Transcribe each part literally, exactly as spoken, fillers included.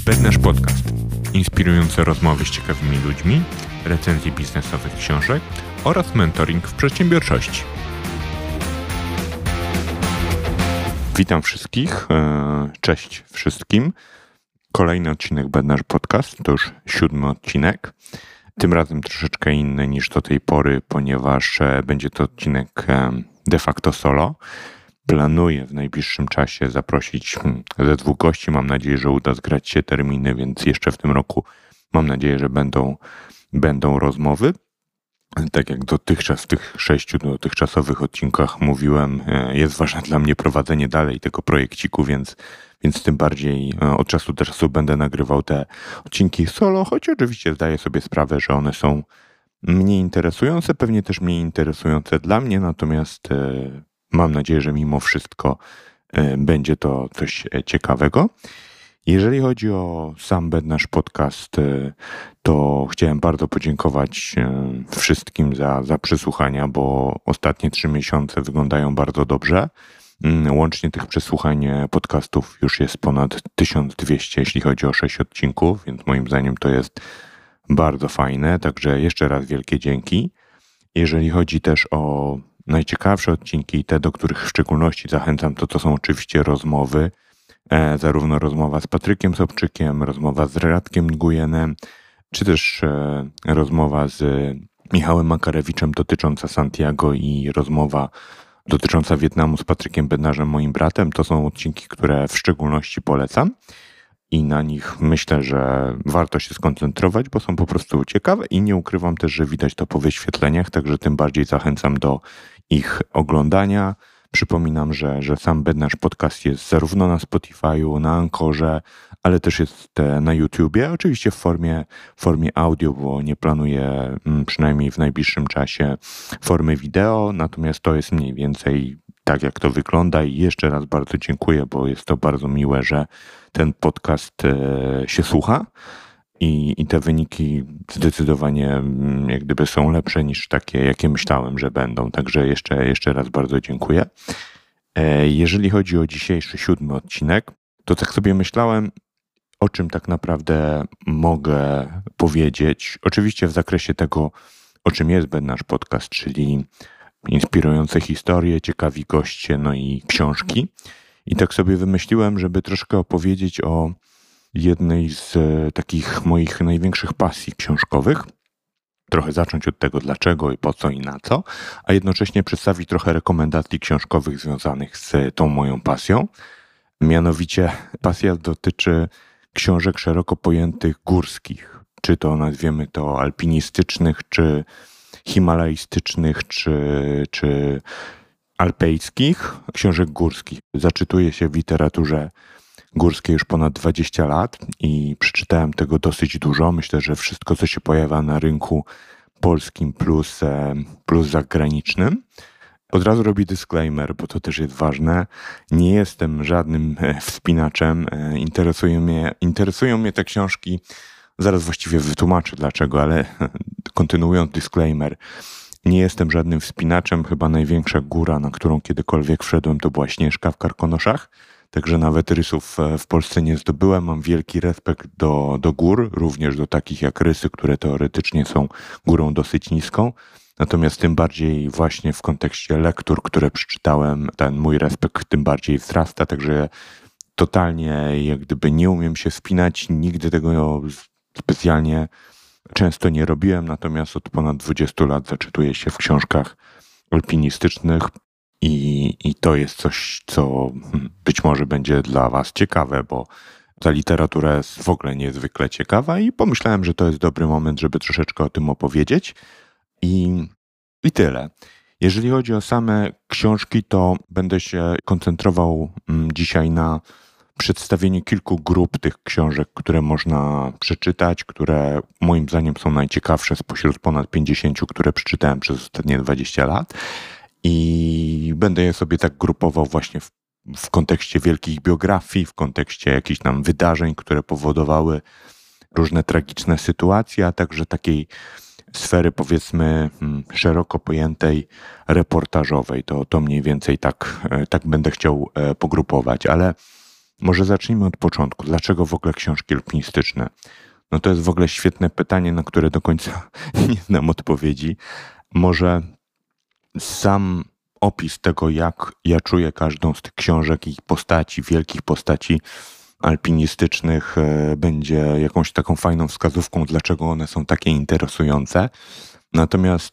Bednarz Podcast. Inspirujące rozmowy z ciekawymi ludźmi, recenzje biznesowych książek oraz mentoring w przedsiębiorczości. Witam wszystkich. Cześć wszystkim. Kolejny odcinek Bednarz Podcast, to już siódmy odcinek. Tym razem troszeczkę inny niż do tej pory, ponieważ będzie to odcinek de facto solo. Planuję w najbliższym czasie zaprosić ze dwóch gości. Mam nadzieję, że uda zgrać się terminy, więc jeszcze w tym roku mam nadzieję, że będą, będą rozmowy. Tak jak dotychczas w tych sześciu dotychczasowych odcinkach mówiłem, jest ważne dla mnie prowadzenie dalej tego projekciku, więc, więc tym bardziej od czasu do czasu będę nagrywał te odcinki solo, choć oczywiście zdaję sobie sprawę, że one są mniej interesujące, pewnie też mniej interesujące dla mnie, natomiast mam nadzieję, że mimo wszystko będzie to coś ciekawego. Jeżeli chodzi o sam Bednarz Podcast, to chciałem bardzo podziękować wszystkim za, za przesłuchania, bo ostatnie trzy miesiące wyglądają bardzo dobrze. Łącznie tych przesłuchań podcastów już jest ponad tysiąc dwieście, jeśli chodzi o sześć odcinków, więc moim zdaniem to jest bardzo fajne, także jeszcze raz wielkie dzięki. Jeżeli chodzi też o najciekawsze odcinki, te, do których w szczególności zachęcam, to to są oczywiście rozmowy, e, zarówno rozmowa z Patrykiem Sobczykiem, rozmowa z Radkiem Nguyenem, czy też e, rozmowa z Michałem Makarewiczem dotycząca Santiago i rozmowa dotycząca Wietnamu z Patrykiem Bednarzem, moim bratem. To są odcinki, które w szczególności polecam i na nich myślę, że warto się skoncentrować, bo są po prostu ciekawe i nie ukrywam też, że widać to po wyświetleniach, także tym bardziej zachęcam do ich oglądania. Przypominam, że, że sam Bednarz Podcast jest zarówno na Spotify'u, na Anchorze, ale też jest na YouTubie, oczywiście w formie, w formie audio, bo nie planuję przynajmniej w najbliższym czasie formy wideo, natomiast to jest mniej więcej tak, jak to wygląda i jeszcze raz bardzo dziękuję, bo jest to bardzo miłe, że ten podcast się słucha i, i te wyniki zdecydowanie jak gdyby są lepsze niż takie, jakie myślałem, że będą. Także jeszcze, jeszcze raz bardzo dziękuję. Jeżeli chodzi o dzisiejszy siódmy odcinek, to tak sobie myślałem, o czym tak naprawdę mogę powiedzieć. Oczywiście w zakresie tego, o czym jest Bednarz Podcast, czyli inspirujące historie, ciekawi goście, no i książki. I tak sobie wymyśliłem, żeby troszkę opowiedzieć o jednej z takich moich największych pasji książkowych. Trochę zacząć od tego dlaczego i po co i na co, a jednocześnie przedstawić trochę rekomendacji książkowych związanych z tą moją pasją. Mianowicie pasja dotyczy książek szeroko pojętych górskich, czy to nazwiemy to alpinistycznych, czy himalajstycznych, czy, czy alpejskich, książek górskich. Zaczytuję się w literaturze górskiej już ponad dwadzieścia lat i przeczytałem tego dosyć dużo. Myślę, że wszystko, co się pojawia na rynku polskim plus, plus zagranicznym. Od razu robię disclaimer, bo to też jest ważne. Nie jestem żadnym wspinaczem. Interesują mnie, interesują mnie te książki. Zaraz właściwie wytłumaczę dlaczego, ale kontynuując disclaimer. Nie jestem żadnym wspinaczem. Chyba największa góra, na którą kiedykolwiek wszedłem, to była Śnieżka w Karkonoszach. Także nawet rysów w Polsce nie zdobyłem. Mam wielki respekt do, do gór, również do takich jak Rysy, które teoretycznie są górą dosyć niską. Natomiast tym bardziej właśnie w kontekście lektur, które przeczytałem, ten mój respekt tym bardziej wzrasta. Także totalnie jak gdyby nie umiem się wspinać. Nigdy tego specjalnie często nie robiłem. Natomiast od ponad dwudziestu lat zaczytuję się w książkach alpinistycznych. I, I to jest coś, co być może będzie dla was ciekawe, bo ta literatura jest w ogóle niezwykle ciekawa i pomyślałem, że to jest dobry moment, żeby troszeczkę o tym opowiedzieć. I, i tyle. Jeżeli chodzi o same książki, to będę się koncentrował dzisiaj na przedstawieniu kilku grup tych książek, które można przeczytać, które moim zdaniem są najciekawsze spośród ponad pięćdziesięciu, które przeczytałem przez ostatnie dwadzieścia lat. I będę je sobie tak grupował właśnie w, w kontekście wielkich biografii, w kontekście jakichś tam wydarzeń, które powodowały różne tragiczne sytuacje, a także takiej sfery powiedzmy szeroko pojętej reportażowej. To, to mniej więcej tak, tak będę chciał pogrupować, ale Może zacznijmy od początku. Dlaczego w ogóle książki alpinistyczne? No to jest w ogóle świetne pytanie, na które do końca nie znam odpowiedzi. Może sam opis tego, jak ja czuję każdą z tych książek, ich postaci, wielkich postaci alpinistycznych, będzie jakąś taką fajną wskazówką, dlaczego one są takie interesujące. Natomiast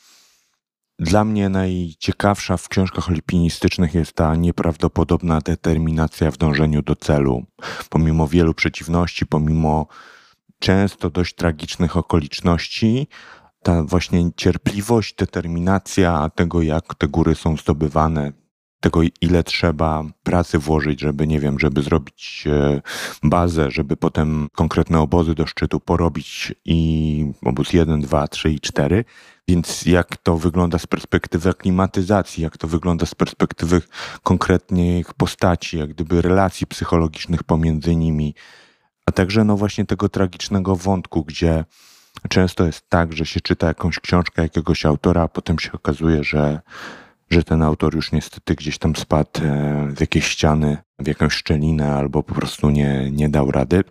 dla mnie najciekawsza w książkach alpinistycznych jest ta nieprawdopodobna determinacja w dążeniu do celu. Pomimo wielu przeciwności, pomimo często dość tragicznych okoliczności, ta właśnie cierpliwość, determinacja tego, jak te góry są zdobywane, tego, ile trzeba pracy włożyć, żeby, nie wiem, żeby zrobić bazę, żeby potem konkretne obozy do szczytu porobić i obóz jeden, dwa, trzy i cztery. Więc jak to wygląda z perspektywy aklimatyzacji, jak to wygląda z perspektywy konkretnych postaci, jak gdyby relacji psychologicznych pomiędzy nimi, a także no właśnie tego tragicznego wątku, gdzie często jest tak, że się czyta jakąś książkę jakiegoś autora, a potem się okazuje, że, że ten autor już niestety gdzieś tam spadł w jakieś ściany, w jakąś szczelinę albo po prostu nie, nie dał rady.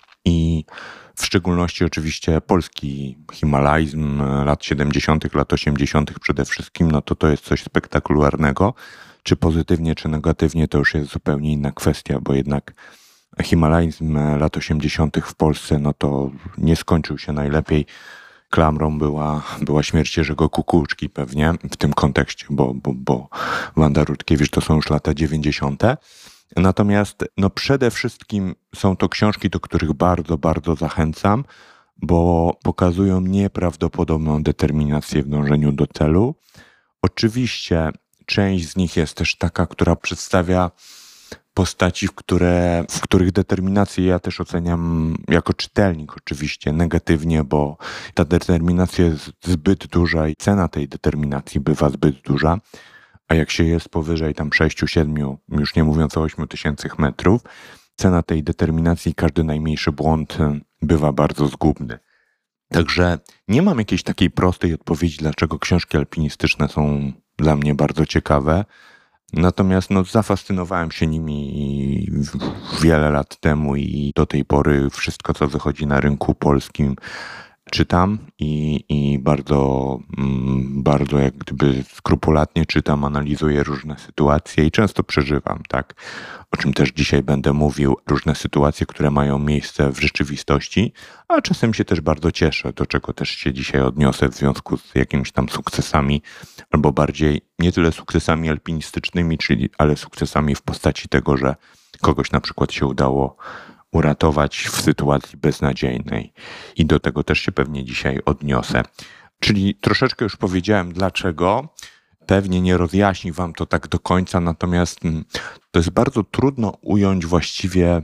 I w szczególności oczywiście polski himalajzm lat siedemdziesiątych, lat osiemdziesiątych przede wszystkim, no to to jest coś spektakularnego. Czy pozytywnie, czy negatywnie, to już jest zupełnie inna kwestia, bo jednak himalajzm lat osiemdziesiątych w Polsce, no to nie skończył się najlepiej. Klamrą była, była śmierć Jerzego Kukuczki pewnie w tym kontekście, bo, bo, bo Wanda Rutkiewicz to są już lata dziewięćdziesiąte. Natomiast no przede wszystkim są to książki, do których bardzo, bardzo zachęcam, bo pokazują nieprawdopodobną determinację w dążeniu do celu. Oczywiście część z nich jest też taka, która przedstawia postaci, w, które, w których determinację ja też oceniam jako czytelnik oczywiście negatywnie, bo ta determinacja jest zbyt duża i cena tej determinacji bywa zbyt duża. A jak się jest powyżej tam sześciu, siedmiu, już nie mówiąc o ośmiu tysięcach metrów, cena tej determinacji, każdy najmniejszy błąd bywa bardzo zgubny. Także nie mam jakiejś takiej prostej odpowiedzi, dlaczego książki alpinistyczne są dla mnie bardzo ciekawe. Natomiast no, zafascynowałem się nimi wiele lat temu i do tej pory wszystko, co wychodzi na rynku polskim, czytam i, i bardzo, bardzo jak gdyby skrupulatnie czytam, analizuję różne sytuacje i często przeżywam, tak, o czym też dzisiaj będę mówił, różne sytuacje, które mają miejsce w rzeczywistości, a czasem się też bardzo cieszę, do czego też się dzisiaj odniosę w związku z jakimiś tam sukcesami, albo bardziej nie tyle sukcesami alpinistycznymi, czyli ale sukcesami w postaci tego, że kogoś na przykład się udało uratować w sytuacji beznadziejnej. I do tego też się pewnie dzisiaj odniosę. Czyli troszeczkę już powiedziałem dlaczego. Pewnie nie rozjaśni wam to tak do końca, natomiast to jest bardzo trudno ująć właściwie,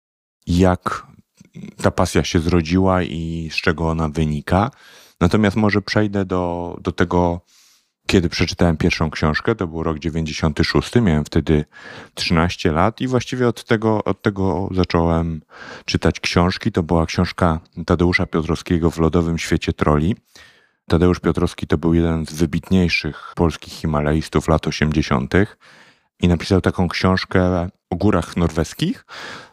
jak ta pasja się zrodziła i z czego ona wynika. Natomiast może przejdę do, do tego, kiedy przeczytałem pierwszą książkę, to był rok dziewięćdziesiąty szósty, miałem wtedy trzynaście lat i właściwie od tego, od tego zacząłem czytać książki. To była książka Tadeusza Piotrowskiego W lodowym świecie troli. Tadeusz Piotrowski to był jeden z wybitniejszych polskich himalaistów lat osiemdziesiątych i napisał taką książkę o górach norweskich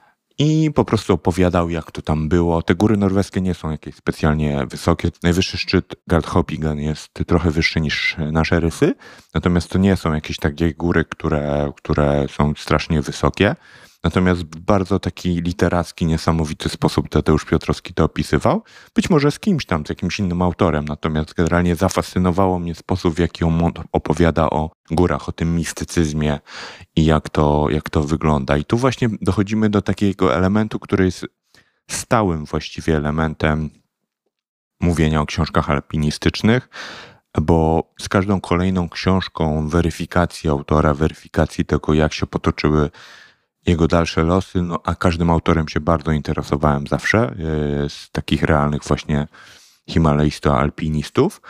i po prostu opowiadał, jak to tam było. Te góry norweskie nie są jakieś specjalnie wysokie. Najwyższy szczyt Galdhøpiggen jest trochę wyższy niż nasze Rysy, natomiast to nie są jakieś takie góry, które, które są strasznie wysokie. Natomiast w bardzo taki literacki, niesamowity sposób Tadeusz Piotrowski to opisywał. Być może z kimś tam, z jakimś innym autorem, natomiast generalnie zafascynowało mnie sposób, w jaki on opowiada o górach, o tym mistycyzmie i jak to, jak to wygląda. I tu właśnie dochodzimy do takiego elementu, który jest stałym właściwie elementem mówienia o książkach alpinistycznych, bo z każdą kolejną książką weryfikacji autora, weryfikacji tego, jak się potoczyły jego dalsze losy, no a każdym autorem się bardzo interesowałem zawsze, z takich realnych właśnie himalajsto-alpinistów.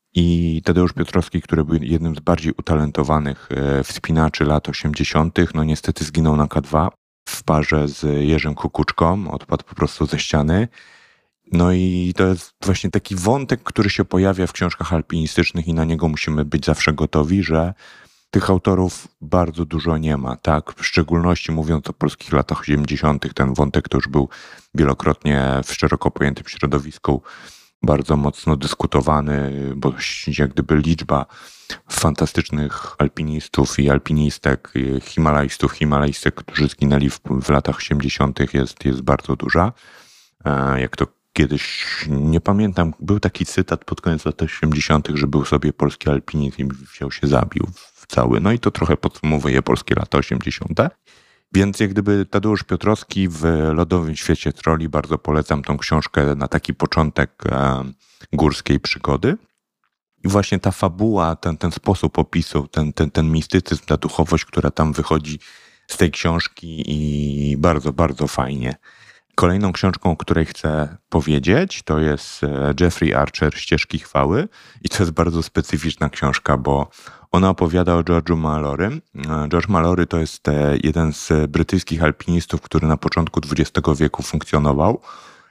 I Tadeusz Piotrowski, który był jednym z bardziej utalentowanych wspinaczy lat osiemdziesiątych, no niestety zginął na K dwa w parze z Jerzym Kukuczką, odpadł po prostu ze ściany. No i to jest właśnie taki wątek, który się pojawia w książkach alpinistycznych i na niego musimy być zawsze gotowi, że tych autorów bardzo dużo nie ma, tak? W szczególności mówiąc o polskich latach osiemdziesiątych, ten wątek to już był wielokrotnie w szeroko pojętym środowisku bardzo mocno dyskutowany, bo jak gdyby liczba fantastycznych alpinistów i alpinistek, himalajstów, himalajstek, którzy zginęli w, w latach osiemdziesiątych jest, jest bardzo duża. Jak to kiedyś, nie pamiętam, był taki cytat pod koniec lat osiemdziesiątych, że był sobie polski alpinizm i wziął się, zabił w cały. No i to trochę podsumowuje polskie lata osiemdziesiąte. Więc jak gdyby Tadeusz Piotrowski w Lodowym świecie troli, bardzo polecam tą książkę na taki początek e, górskiej przygody. I właśnie ta fabuła, ten, ten sposób opisu, ten, ten, ten mistycyzm, ta duchowość, która tam wychodzi z tej książki i bardzo, bardzo fajnie. Kolejną książką, o której chcę powiedzieć, to jest Jeffrey Archer, Ścieżki chwały. I to jest bardzo specyficzna książka, bo ona opowiada o George'u Mallorym. George Mallory to jest jeden z brytyjskich alpinistów, który na początku dwudziestego wieku funkcjonował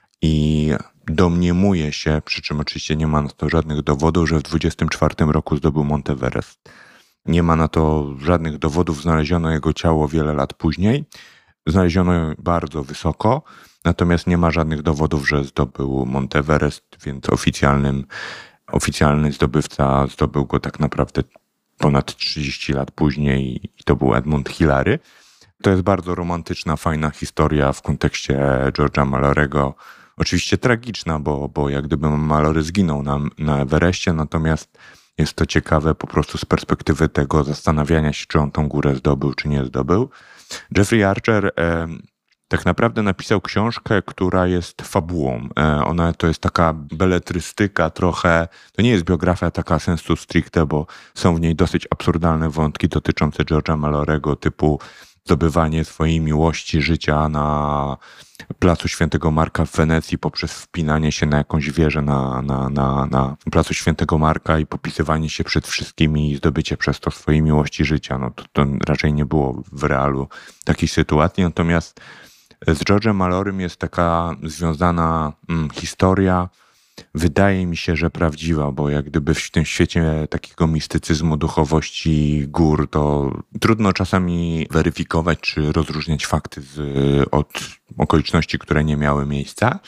i domniemuje się, przy czym oczywiście nie ma na to żadnych dowodów, że w dwudziestym czwartym roku zdobył Mount Everest. Nie ma na to żadnych dowodów, znaleziono jego ciało wiele lat później. Znaleziono je bardzo wysoko, natomiast nie ma żadnych dowodów, że zdobył Mount Everest, więc oficjalnym, oficjalny zdobywca zdobył go tak naprawdę ponad trzydzieści lat później i to był Edmund Hillary. To jest bardzo romantyczna, fajna historia w kontekście George'a Mallorego. Oczywiście tragiczna, bo, bo jak gdyby Mallory zginął na, na Everestie, natomiast jest to ciekawe po prostu z perspektywy tego zastanawiania się, czy on tą górę zdobył, czy nie zdobył. Jeffrey Archer e, tak naprawdę napisał książkę, która jest fabułą. E, ona to jest taka beletrystyka trochę, to nie jest biografia taka sensu stricte, bo są w niej dosyć absurdalne wątki dotyczące George'a Mallorego, typu zdobywanie swojej miłości życia na placu Świętego Marka w Wenecji poprzez wspinanie się na jakąś wieżę na, na, na, na placu Świętego Marka i popisywanie się przed wszystkimi i zdobycie przez to swojej miłości życia. No to, to raczej nie było w realu takiej sytuacji. Natomiast z George'em Mallorym jest taka związana mm, historia, wydaje mi się, że prawdziwa, bo jak gdyby w tym świecie takiego mistycyzmu, duchowości gór, to trudno czasami weryfikować czy rozróżniać fakty z, od okoliczności, które nie miały miejsca.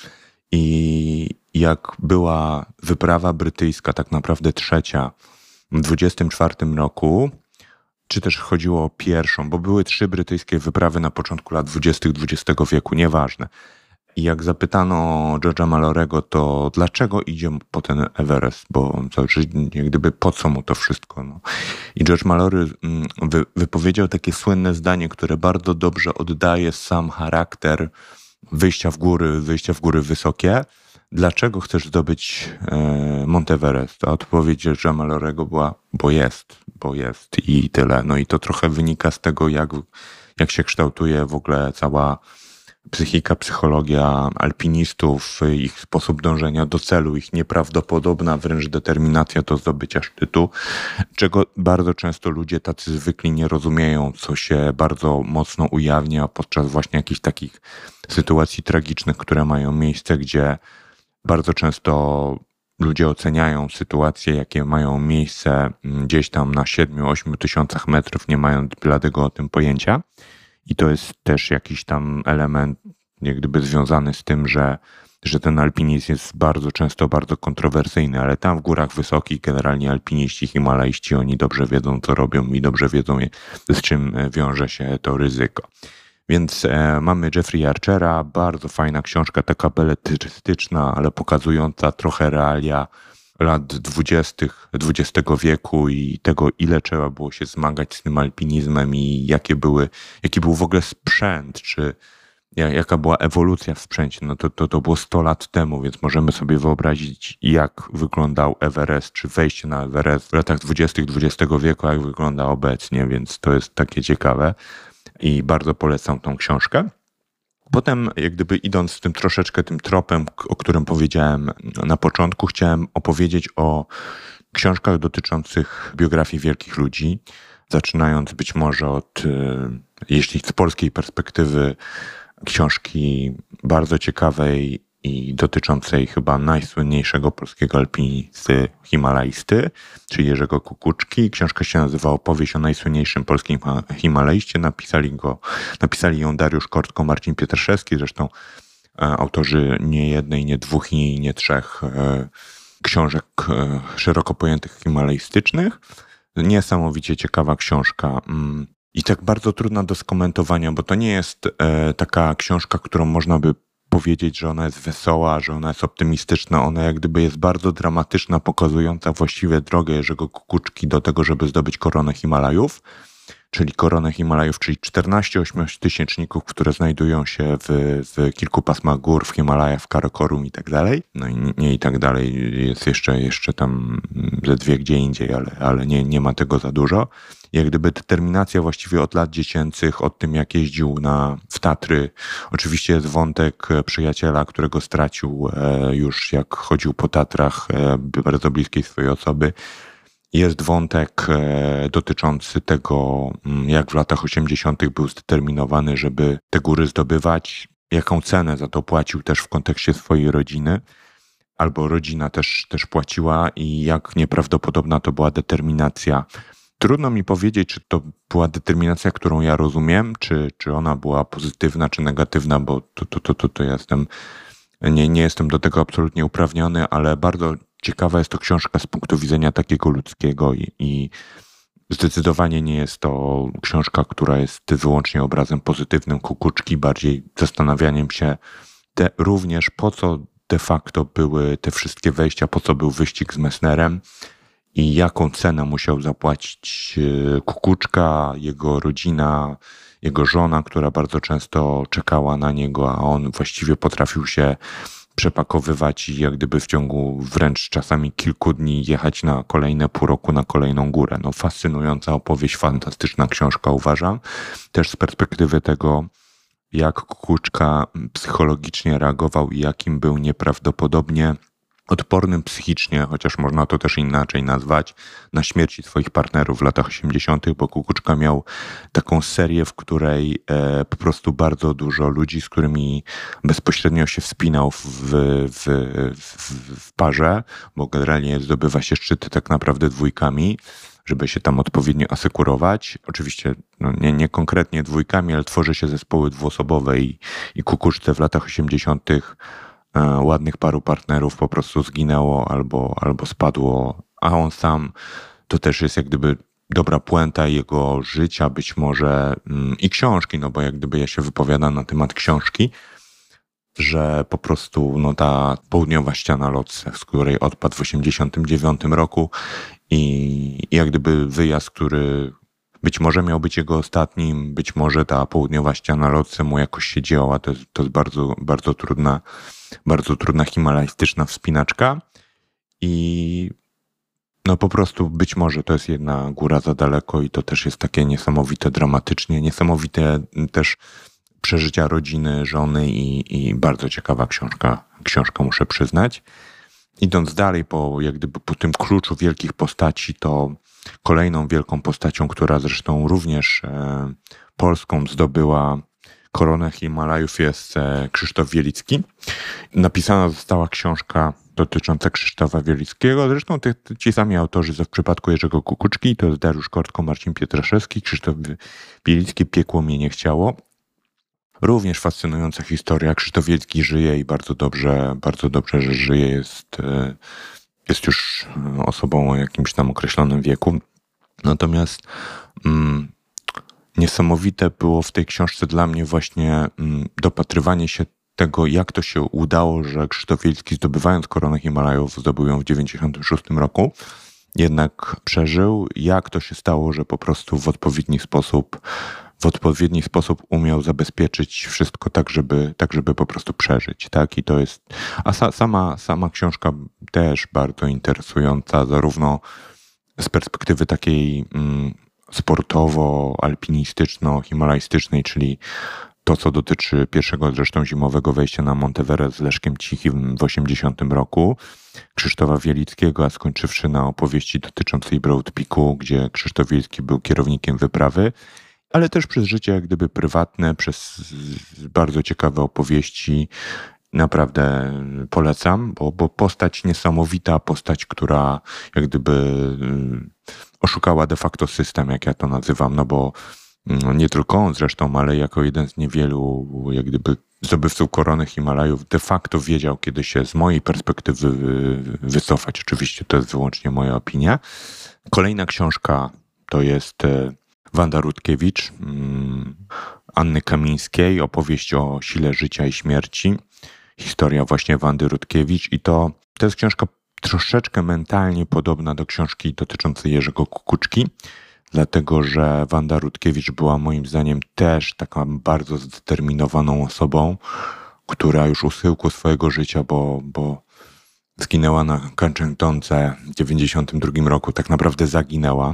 I jak była wyprawa brytyjska, tak naprawdę trzecia, w dwudziestym czwartym roku, czy też chodziło o pierwszą, bo były trzy brytyjskie wyprawy na początku lat dwudziestych dwudziestego wieku, nieważne. I jak zapytano George'a Mallorego, to dlaczego idzie po ten Everest, bo to, jak gdyby po co mu to wszystko. No. I George Mallory wy, wypowiedział takie słynne zdanie, które bardzo dobrze oddaje sam charakter wyjścia w góry, wyjścia w góry wysokie. Dlaczego chcesz zdobyć e, Mount Everest? A odpowiedź George'a Mallorego była, bo jest, bo jest i tyle. No i to trochę wynika z tego, jak, jak się kształtuje w ogóle cała psychika, psychologia alpinistów, ich sposób dążenia do celu, ich nieprawdopodobna wręcz determinacja do zdobycia szczytu, czego bardzo często ludzie tacy zwykli nie rozumieją, co się bardzo mocno ujawnia podczas właśnie jakichś takich sytuacji tragicznych, które mają miejsce, gdzie bardzo często ludzie oceniają sytuacje, jakie mają miejsce gdzieś tam na siedmiu, ośmiu tysiącach metrów, nie mając bladego o tym pojęcia. I to jest też jakiś tam element jak gdyby związany z tym, że, że ten alpinizm jest bardzo często bardzo kontrowersyjny, ale tam w górach wysokich generalnie alpiniści, himalaiści, oni dobrze wiedzą, co robią i dobrze wiedzą, z czym wiąże się to ryzyko. Więc e, mamy Jeffrey Archera, bardzo fajna książka, taka beletrystyczna, ale pokazująca trochę realia lat dwudziestych dwudziestego wieku i tego, ile trzeba było się zmagać z tym alpinizmem i jakie były, jaki był w ogóle sprzęt, czy jaka była ewolucja w sprzęcie. No to, to, to było sto lat temu, więc możemy sobie wyobrazić, jak wyglądał Everest, czy wejście na Everest w latach dwudziestych dwudziestego wieku, jak wygląda obecnie, więc to jest takie ciekawe i bardzo polecam tą książkę. Potem, jak gdyby idąc tym troszeczkę tym tropem, o którym powiedziałem na początku, chciałem opowiedzieć o książkach dotyczących biografii wielkich ludzi, zaczynając być może od, jeśli z polskiej perspektywy, książki bardzo ciekawej i dotyczącej chyba najsłynniejszego polskiego alpinisty himalaisty, czyli Jerzego Kukuczki. Książka się nazywa Opowieść o najsłynniejszym polskim himalaiście. Napisali, go, napisali ją Dariusz Kortko, Marcin Pietraszewski, zresztą autorzy nie jednej, nie dwóch i nie trzech książek szeroko pojętych himalaistycznych. Niesamowicie ciekawa książka i tak bardzo trudna do skomentowania, bo to nie jest taka książka, którą można by powiedzieć, że ona jest wesoła, że ona jest optymistyczna. Ona jak gdyby jest bardzo dramatyczna, pokazująca właściwie drogę Jerzego Kukuczki do tego, żeby zdobyć koronę Himalajów. Czyli koronę Himalajów, czyli czternaście ośmiotysięczników, które znajdują się w, w kilku pasmach gór, w Himalajach, w Karakorum i tak dalej. No i nie, nie i tak dalej, jest jeszcze, jeszcze tam ze dwie gdzie indziej, ale, ale nie, nie ma tego za dużo. Jak gdyby determinacja właściwie od lat dziecięcych, od tym jak jeździł na, w Tatry. Oczywiście jest wątek przyjaciela, którego stracił już jak chodził po Tatrach, bardzo bliskiej swojej osoby. Jest wątek dotyczący tego, jak w latach osiemdziesiątych był zdeterminowany, żeby te góry zdobywać, jaką cenę za to płacił też w kontekście swojej rodziny, albo rodzina też, też płaciła i jak nieprawdopodobna to była determinacja. Trudno mi powiedzieć, czy to była determinacja, którą ja rozumiem, czy, czy ona była pozytywna, czy negatywna, bo to, to, to, to, to ja jestem, nie, nie jestem do tego absolutnie uprawniony, ale bardzo ciekawa jest to książka z punktu widzenia takiego ludzkiego i, i zdecydowanie nie jest to książka, która jest wyłącznie obrazem pozytywnym Kukuczki, bardziej zastanawianiem się te, również po co de facto były te wszystkie wejścia, po co był wyścig z Messnerem i jaką cenę musiał zapłacić Kukuczka, jego rodzina, jego żona, która bardzo często czekała na niego, a on właściwie potrafił się przepakowywać i jak gdyby w ciągu wręcz czasami kilku dni jechać na kolejne pół roku na kolejną górę. No fascynująca opowieść, fantastyczna książka uważam. Też z perspektywy tego, jak Kukuczka psychologicznie reagował i jakim był nieprawdopodobnie odpornym psychicznie, chociaż można to też inaczej nazwać, na śmierci swoich partnerów w latach osiemdziesiątych, bo Kukuczka miał taką serię, w której e, po prostu bardzo dużo ludzi, z którymi bezpośrednio się wspinał w, w, w, w parze, bo generalnie zdobywa się szczyty tak naprawdę dwójkami, żeby się tam odpowiednio asekurować. Oczywiście no nie, nie konkretnie dwójkami, ale tworzy się zespoły dwuosobowe i, i Kukuczce w latach osiemdziesiątych ładnych paru partnerów po prostu zginęło albo, albo spadło, a on sam to też jest jak gdyby dobra puenta jego życia, być może i książki, no bo jak gdyby ja się wypowiadam na temat książki, że po prostu no ta południowa ściana Lhotse, z której odpadł w osiemdziesiątym dziewiątym roku i, i jak gdyby wyjazd, który być może miał być jego ostatnim, być może ta południowa ściana Lhotse mu jakoś się działa, to jest, to jest bardzo, bardzo trudna bardzo trudna himalajstyczna wspinaczka i no po prostu być może to jest jedna góra za daleko i to też jest takie niesamowite dramatycznie, niesamowite też przeżycia rodziny, żony i, i bardzo ciekawa książka, książka muszę przyznać. Idąc dalej po, jak gdyby po tym kluczu wielkich postaci, to kolejną wielką postacią, która zresztą również e, Polską zdobyła koronę Himalajów, jest Krzysztof Wielicki. Napisana została książka dotycząca Krzysztofa Wielickiego. Zresztą te, ci sami autorzy w przypadku Jerzego Kukuczki, to jest Dariusz Kortko, Marcin Pietraszewski, Krzysztof Wielicki, Piekło mnie nie chciało. Również fascynująca historia. Krzysztof Wielicki żyje i bardzo dobrze, bardzo dobrze, że żyje. Jest, jest już osobą o jakimś tam określonym wieku. Natomiast mm, niesamowite było w tej książce dla mnie właśnie dopatrywanie się tego, jak to się udało, że Krzysztof Wielicki, zdobywając koronę Himalajów, zdobył ją w dziewięćdziesiątym szóstym roku, jednak przeżył. Jak to się stało, że po prostu w odpowiedni sposób w odpowiedni sposób umiał zabezpieczyć wszystko tak, żeby, tak, żeby po prostu przeżyć, tak? I to jest, a sa, sama, sama książka też bardzo interesująca, zarówno z perspektywy takiej mm, sportowo-alpinistyczno-himalajstycznej, czyli to, co dotyczy pierwszego zresztą zimowego wejścia na Monteverest z Leszkiem Cichim w osiemdziesiątym roku, Krzysztofa Wielickiego, a skończywszy na opowieści dotyczącej Broad Peaku, gdzie Krzysztof Wielicki był kierownikiem wyprawy, ale też przez życie jak gdyby prywatne, przez bardzo ciekawe opowieści Naprawdę polecam, bo, bo postać niesamowita, postać, która jak gdyby oszukała de facto system, jak ja to nazywam, no bo no nie tylko on zresztą, ale jako jeden z niewielu jak gdyby zdobywców korony Himalajów de facto wiedział, kiedy się z mojej perspektywy wycofać. Oczywiście to jest wyłącznie moja opinia. Kolejna książka to jest Wanda Rutkiewicz, Anny Kamińskiej, opowieść o sile życia i śmierci. Historia właśnie Wandy Rutkiewicz i to, to jest książka troszeczkę mentalnie podobna do książki dotyczącej Jerzego Kukuczki, dlatego że Wanda Rutkiewicz była moim zdaniem też taką bardzo zdeterminowaną osobą, która już u schyłku swojego życia, bo, bo zginęła na Kanczentonce w dziewięćdziesiątym drugim roku, tak naprawdę zaginęła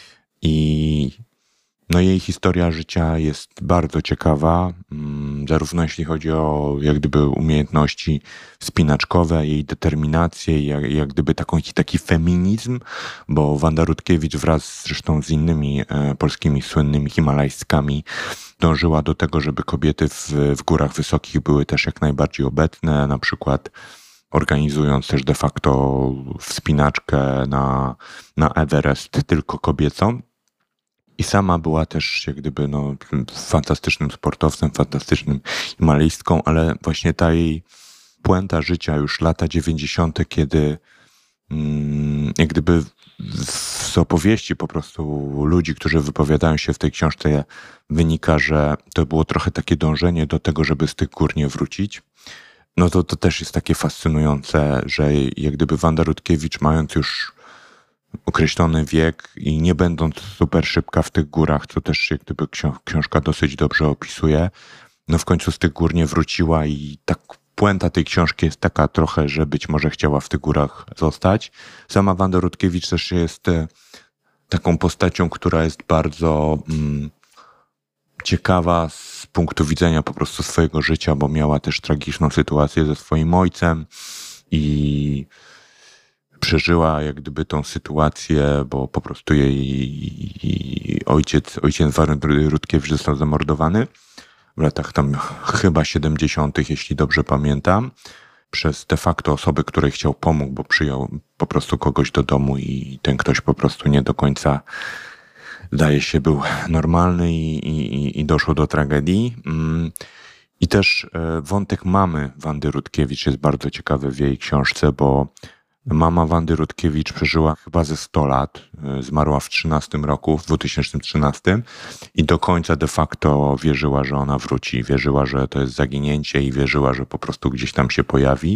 i no jej historia życia jest bardzo ciekawa, zarówno jeśli chodzi o jak gdyby umiejętności wspinaczkowe, jej determinację, jak, jak gdyby taką, taki feminizm, bo Wanda Rutkiewicz wraz zresztą z innymi e, polskimi słynnymi himalajskami dążyła do tego, żeby kobiety w, w górach wysokich były też jak najbardziej obecne, na przykład organizując też de facto wspinaczkę na, na Everest tylko kobiecą. I sama była też jak gdyby no, fantastycznym sportowcem, fantastycznym himalajstką, ale właśnie ta jej puenta życia, już lata dziewięćdziesiąte, kiedy mm, jak gdyby z opowieści po prostu ludzi, którzy wypowiadają się w tej książce, wynika, że to było trochę takie dążenie do tego, żeby z tych gór nie wrócić. No to, to też jest takie fascynujące, że jak gdyby Wanda Rutkiewicz, mając już określony wiek i nie będąc super szybka w tych górach, co też jak gdyby książka dosyć dobrze opisuje, no w końcu z tych gór nie wróciła i tak puenta tej książki jest taka trochę, że być może chciała w tych górach zostać. Sama Wanda Rutkiewicz też jest taką postacią, która jest bardzo mm, ciekawa z punktu widzenia po prostu swojego życia, bo miała też tragiczną sytuację ze swoim ojcem i przeżyła jak gdyby tą sytuację, bo po prostu jej ojciec, ojciec Wandy Rutkiewicz został zamordowany w latach tam chyba siedemdziesiątych, jeśli dobrze pamiętam, przez de facto osoby, której chciał pomóc, bo przyjął po prostu kogoś do domu i ten ktoś po prostu nie do końca, zdaje się, był normalny i, i, i doszło do tragedii. I też wątek mamy Wandy Rutkiewicz jest bardzo ciekawy w jej książce, bo mama Wandy Rutkiewicz przeżyła chyba ze sto lat, zmarła w trzynastym roku, w dwa tysiące trzynastym i do końca de facto wierzyła, że ona wróci, wierzyła, że to jest zaginięcie i wierzyła, że po prostu gdzieś tam się pojawi.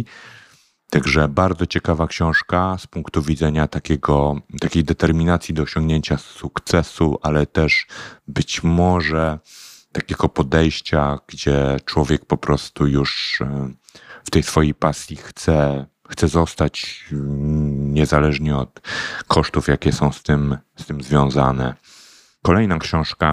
Także bardzo ciekawa książka z punktu widzenia takiego, takiej determinacji do osiągnięcia sukcesu, ale też być może takiego podejścia, gdzie człowiek po prostu już w tej swojej pasji chce Chce zostać niezależnie od kosztów, jakie są z tym, z tym związane. Kolejna książka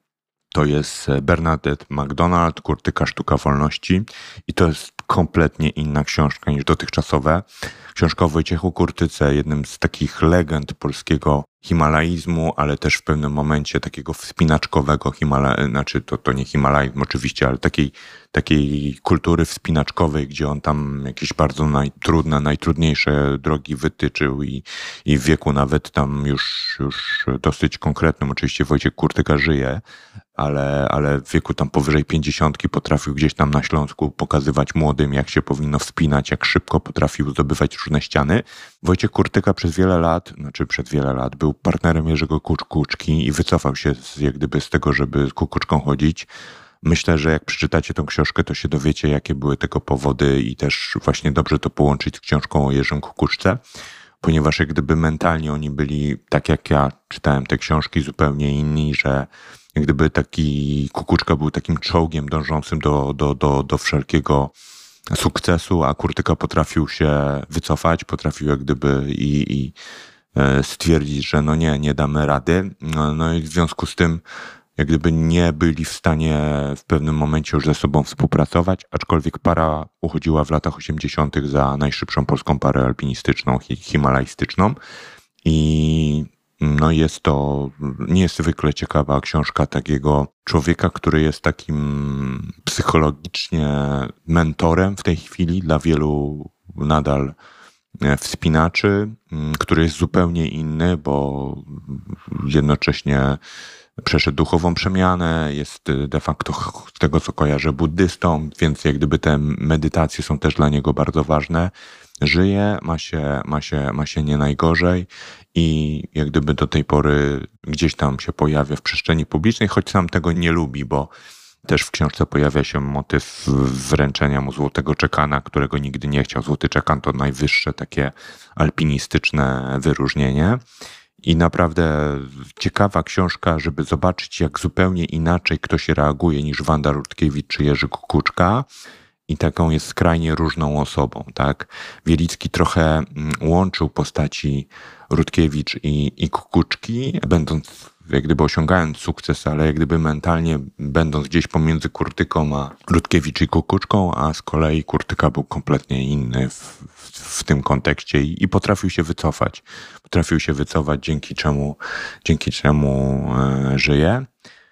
to jest Bernadette McDonald, Kurtyka Sztuka Wolności i to jest kompletnie inna książka niż dotychczasowe. Książka o Wojciechu Kurtyce, jednym z takich legend polskiego himalaizmu, ale też w pewnym momencie takiego wspinaczkowego Himala, znaczy to, to nie himalaizm oczywiście, ale takiej, takiej kultury wspinaczkowej, gdzie on tam jakieś bardzo najtrudne, najtrudniejsze drogi wytyczył i, i w wieku nawet tam już, już dosyć konkretnym, oczywiście Wojciech Kurtyka żyje, ale, ale w wieku tam powyżej pięćdziesiątki potrafił gdzieś tam na Śląsku pokazywać młodym, jak się powinno wspinać, jak szybko potrafił zdobywać różne ściany. Wojciech Kurtyka przez wiele lat, znaczy przez wiele lat, był partnerem Jerzego Kukuczki i wycofał się z, jak gdyby z tego, żeby z Kukuczką chodzić. Myślę, że jak przeczytacie tą książkę, to się dowiecie, jakie były tego powody i też właśnie dobrze to połączyć z książką o Jerzym Kukuczce, ponieważ jak gdyby mentalnie oni byli, tak jak ja czytałem te książki, zupełnie inni, że jak gdyby taki Kukuczka był takim czołgiem dążącym do, do, do, do wszelkiego sukcesu, a Kurtyka potrafił się wycofać, potrafił jak gdyby i, i stwierdzić, że no nie, nie damy rady. No, no i w związku z tym jak gdyby nie byli w stanie w pewnym momencie już ze sobą współpracować, aczkolwiek para uchodziła w latach osiemdziesiątych za najszybszą polską parę alpinistyczną, hi- himalajstyczną i no jest to niezwykle ciekawa książka takiego człowieka, który jest takim psychologicznie mentorem w tej chwili dla wielu nadal wspinaczy, który jest zupełnie inny, bo jednocześnie przeszedł duchową przemianę, jest de facto z tego co kojarzę buddystą, więc jak gdyby te medytacje są też dla niego bardzo ważne. Żyje, ma się, ma się, ma się nie najgorzej i jak gdyby do tej pory gdzieś tam się pojawia w przestrzeni publicznej, choć sam tego nie lubi, bo też w książce pojawia się motyw wręczenia mu złotego czekana, którego nigdy nie chciał. Złoty czekan to najwyższe takie alpinistyczne wyróżnienie. I naprawdę ciekawa książka, żeby zobaczyć, jak zupełnie inaczej ktoś reaguje niż Wanda Rutkiewicz czy Jerzy Kukuczka. I taką jest skrajnie różną osobą, tak? Wielicki trochę łączył postaci Rutkiewicz i, i Kukuczki, będąc, jak gdyby osiągając sukces, ale jak gdyby mentalnie będąc gdzieś pomiędzy Kurtyką a Rutkiewicz i Kukuczką, a z kolei Kurtyka był kompletnie inny w, w, w tym kontekście i, i potrafił się wycofać. Potrafił się wycofać, dzięki czemu, dzięki czemu e, żyje.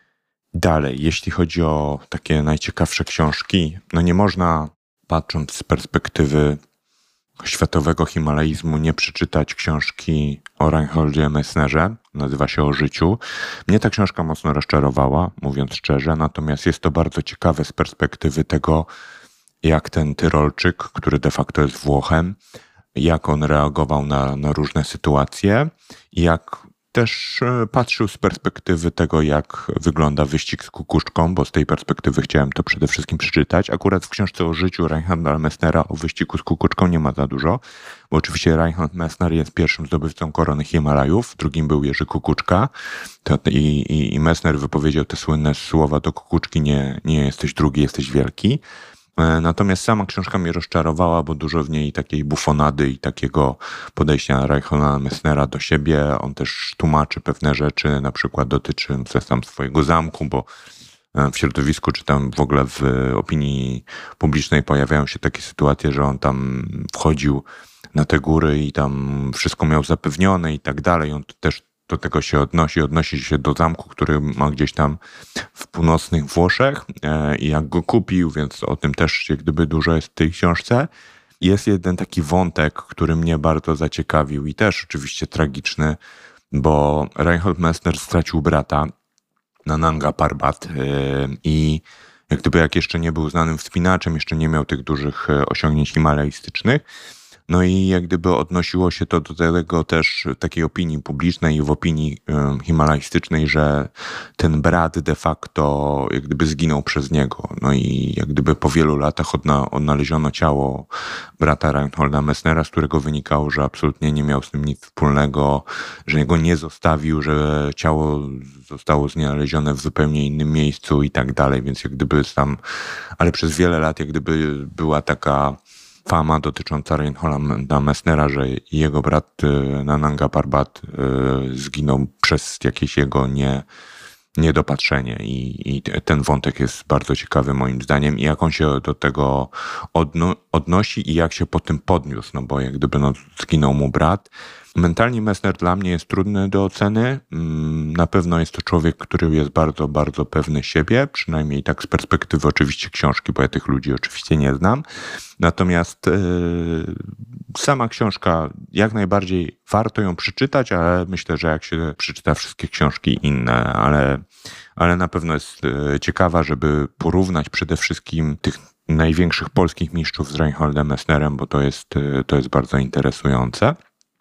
Dalej, jeśli chodzi o takie najciekawsze książki, no nie można, patrząc z perspektywy światowego himalaizmu, nie przeczytać książki o Reinholdzie Messnerze, nazywa się O życiu. Mnie ta książka mocno rozczarowała, mówiąc szczerze, natomiast jest to bardzo ciekawe z perspektywy tego, jak ten Tyrolczyk, który de facto jest Włochem, jak on reagował na, na różne sytuacje i jak też patrzył z perspektywy tego, jak wygląda wyścig z Kukuczką, bo z tej perspektywy chciałem to przede wszystkim przeczytać. Akurat w książce o życiu Reinholda Messnera o wyścigu z Kukuczką nie ma za dużo, bo oczywiście Reinhold Messner jest pierwszym zdobywcą korony Himalajów, drugim był Jerzy Kukuczka to, i, i, i Messner wypowiedział te słynne słowa do Kukuczki: nie, nie jesteś drugi, jesteś wielki. Natomiast sama książka mnie rozczarowała, bo dużo w niej takiej bufonady i takiego podejścia Reinholda Messnera do siebie. On też tłumaczy pewne rzeczy, na przykład dotyczące tam swojego zamku, bo w środowisku czy tam w ogóle w opinii publicznej pojawiają się takie sytuacje, że on tam wchodził na te góry i tam wszystko miał zapewnione i tak dalej. On też do tego się odnosi, odnosi się do zamku, który ma gdzieś tam w północnych Włoszech i jak go kupił, więc o tym też jak gdyby dużo jest w tej książce. Jest jeden taki wątek, który mnie bardzo zaciekawił i też oczywiście tragiczny, bo Reinhold Messner stracił brata na Nanga Parbat i jak gdyby jak jeszcze nie był znanym wspinaczem, jeszcze nie miał tych dużych osiągnięć himalajstycznych. No i jak gdyby odnosiło się to do tego też w takiej opinii publicznej i w opinii um, himalajstycznej, że ten brat de facto jak gdyby zginął przez niego. No i jak gdyby po wielu latach odna- odnaleziono ciało brata Reinholda Messnera, z którego wynikało, że absolutnie nie miał z tym nic wspólnego, że go nie zostawił, że ciało zostało znalezione w zupełnie innym miejscu i tak dalej, więc jak gdyby tam, ale przez wiele lat jak gdyby była taka fama dotycząca Reinholda Messnera, że jego brat na Nanga Parbat zginął przez jakieś jego nie, niedopatrzenie i, i ten wątek jest bardzo ciekawy moim zdaniem i jak on się do tego odno, odnosi i jak się po tym podniósł, no bo jak gdyby no, zginął mu brat. Mentalnie Messner dla mnie jest trudny do oceny. Na pewno jest to człowiek, który jest bardzo, bardzo pewny siebie, przynajmniej tak z perspektywy oczywiście książki, bo ja tych ludzi oczywiście nie znam. Natomiast yy, sama książka jak najbardziej warto ją przeczytać, ale myślę, że jak się przeczyta wszystkie książki inne, ale, ale na pewno jest yy, ciekawa, żeby porównać przede wszystkim tych największych polskich mistrzów z Reinholdem Messnerem, bo to jest, yy, to jest bardzo interesujące.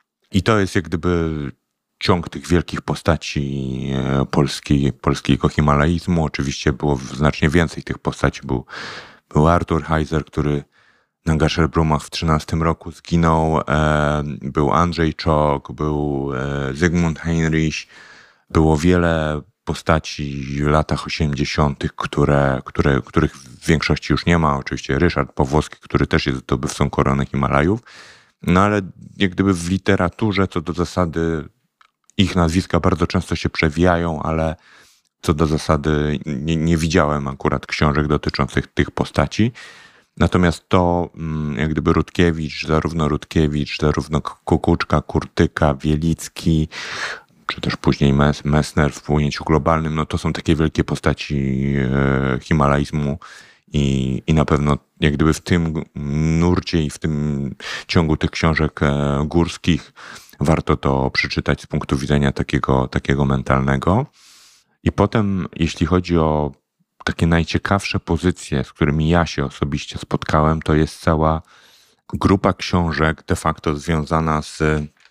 I to jest jak gdyby ciąg tych wielkich postaci polski, polskiego himalaizmu. Oczywiście było znacznie więcej tych postaci. Był, był Arthur Heiser, który na Gasherbrummach w trzynastym roku zginął. E, był Andrzej Czok, był e, Zygmunt Heinrich. Było wiele postaci w latach osiemdziesiątych, które, które, których w większości już nie ma. Oczywiście Ryszard Pawłowski, który też jest zdobywcą korony Himalajów. No ale jak gdyby w literaturze co do zasady ich nazwiska bardzo często się przewijają, ale co do zasady nie, nie widziałem akurat książek dotyczących tych postaci. Natomiast to jak gdyby Rutkiewicz, zarówno Rutkiewicz, zarówno Kukuczka, Kurtyka, Wielicki, czy też później Mes, Messner w ujęciu globalnym, no to są takie wielkie postaci e, himalaizmu i, i na pewno jak gdyby w tym nurcie i w tym ciągu tych książek e, górskich warto to przeczytać z punktu widzenia takiego, takiego mentalnego. I potem, jeśli chodzi o takie najciekawsze pozycje, z którymi ja się osobiście spotkałem, to jest cała grupa książek de facto związana z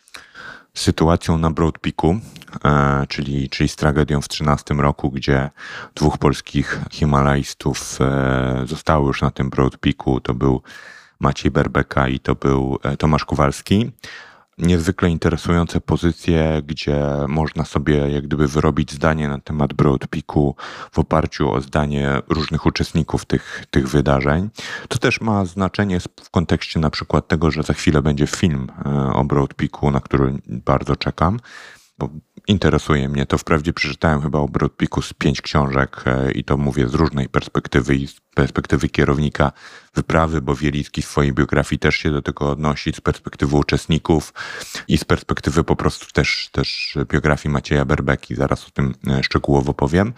sytuacją na Broad Peaku, e, czyli, czyli z tragedią w trzynastym roku, gdzie dwóch polskich himalajstów e, zostało już na tym Broad Peaku. To był Maciej Berbeka i to był e, Tomasz Kowalski. Niezwykle interesujące pozycje, gdzie można sobie jak gdyby wyrobić zdanie na temat Broad Peaku w oparciu o zdanie różnych uczestników tych, tych wydarzeń. To też ma znaczenie w kontekście na przykład tego, że za chwilę będzie film o Broad Peaku, na który bardzo czekam, bo interesuje mnie to. Wprawdzie przeczytałem chyba o Broad Peaku z pięć książek i to mówię z różnej perspektywy i z perspektywy kierownika wyprawy, bo Wielicki w swojej biografii też się do tego odnosi, z perspektywy uczestników i z perspektywy po prostu też, też biografii Macieja Berbeki. Zaraz o tym szczegółowo powiem.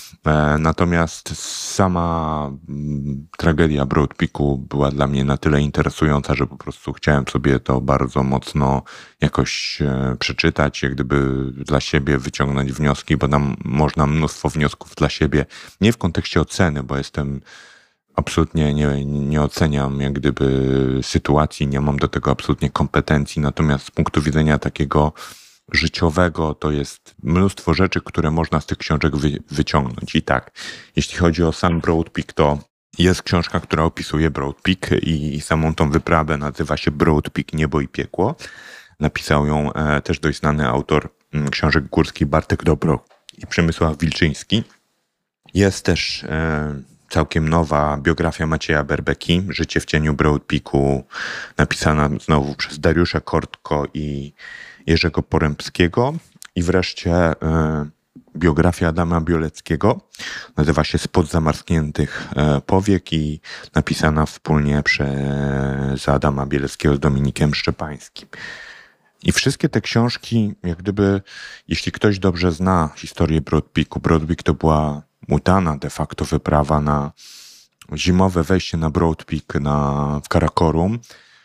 Natomiast sama tragedia Broad Peaku była dla mnie na tyle interesująca, że po prostu chciałem sobie to bardzo mocno jakoś przeczytać, jak gdyby dla siebie wyciągnąć wnioski, bo tam można mnóstwo wniosków dla siebie, nie w kontekście oceny, bo jestem absolutnie nie, nie oceniam jak gdyby sytuacji, nie mam do tego absolutnie kompetencji, natomiast z punktu widzenia takiego życiowego to jest mnóstwo rzeczy, które można z tych książek wy, wyciągnąć. I tak, jeśli chodzi o sam Broad Peak, to jest książka, która opisuje Broad Peak i samą tą wyprawę, nazywa się Broad Peak, Niebo i Piekło. Napisał ją e, też dość znany autor m, książek górskich Bartek Dobrok i Przemysław Wilczyński. Jest też e, całkiem nowa biografia Macieja Berbeki, Życie w cieniu Broad Peaku, napisana znowu przez Dariusza Kortko i Jerzego Porębskiego. I wreszcie y, biografia Adama Bieleckiego. Nazywa się Spod zamarzniętych y, powiek i napisana wspólnie przez Adama Bieleckiego z Dominikiem Szczepańskim. I wszystkie te książki, jak gdyby, jeśli ktoś dobrze zna historię Broad Peaku, Broad Peak to była udana de facto wyprawa na zimowe wejście na Broad Peak na, w Karakorum,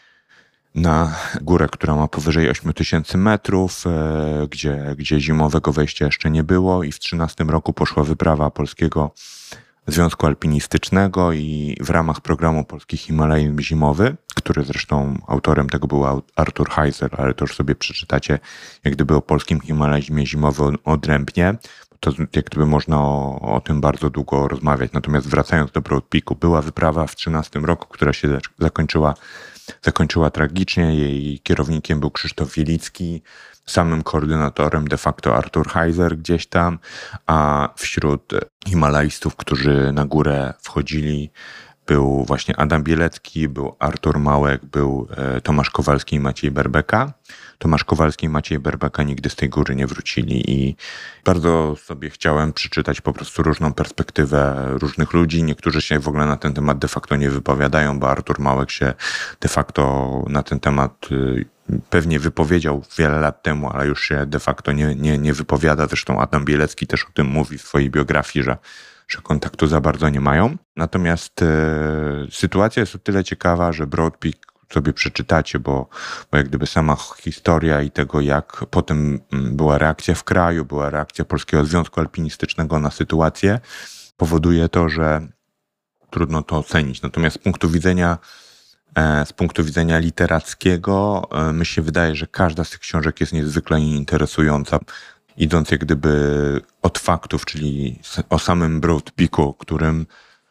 na górę, która ma powyżej ośmiu tysięcy metrów, e, gdzie, gdzie zimowego wejścia jeszcze nie było i w trzynastym roku poszła wyprawa Polskiego Związku Alpinistycznego i w ramach programu Polski Himalajzm Zimowy, który zresztą autorem tego był Artur Heiser, ale to już sobie przeczytacie jak gdyby o polskim Himalajzmie zimowym odrębnie, to jak gdyby można o, o tym bardzo długo rozmawiać. Natomiast wracając do Broad Peaku, była wyprawa w trzynastym roku, która się zakończyła zakończyła tragicznie. Jej kierownikiem był Krzysztof Wielicki, samym koordynatorem de facto Artur Heiser gdzieś tam, a wśród himalajstów, którzy na górę wchodzili, był właśnie Adam Bielecki, był Artur Małek, był Tomasz Kowalski i Maciej Berbeka. Tomasz Kowalski i Maciej Berbeka nigdy z tej góry nie wrócili i bardzo sobie chciałem przeczytać po prostu różną perspektywę różnych ludzi. Niektórzy się w ogóle na ten temat de facto nie wypowiadają, bo Artur Małek się de facto na ten temat pewnie wypowiedział wiele lat temu, ale już się de facto nie, nie, nie wypowiada. Zresztą Adam Bielecki też o tym mówi w swojej biografii, że że kontaktu za bardzo nie mają. Natomiast e, sytuacja jest o tyle ciekawa, że Broad Peak sobie przeczytacie, bo, bo jak gdyby sama historia i tego, jak potem była reakcja w kraju, była reakcja Polskiego Związku Alpinistycznego na sytuację, powoduje to, że trudno to ocenić. Natomiast z punktu widzenia e, z punktu widzenia literackiego e, mi się wydaje, że każda z tych książek jest niezwykle interesująca. Idąc jak gdyby od faktów, czyli o samym Broad Peaku, o którym,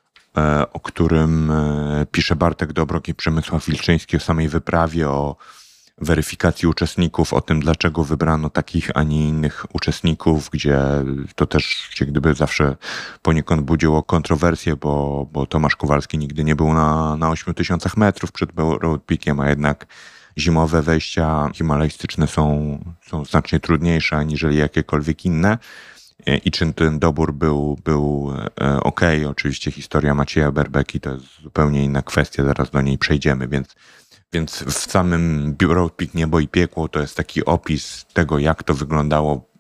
o którym pisze Bartek Dobrok i Przemysław Wilczyński, o samej wyprawie, o weryfikacji uczestników, o tym, dlaczego wybrano takich, a nie innych uczestników, gdzie to też jak gdyby zawsze poniekąd budziło kontrowersje, bo, bo Tomasz Kowalski nigdy nie był na, na ośmiu tysiącach metrów przed Broad Peakiem, a jednak zimowe wejścia himalajstyczne są, są znacznie trudniejsze aniżeli jakiekolwiek inne. I czy ten dobór był, był ok? Oczywiście historia Macieja Berbeki to jest zupełnie inna kwestia, zaraz do niej przejdziemy, więc, więc w samym Broad Peak Niebo i Piekło to jest taki opis tego, jak to wyglądało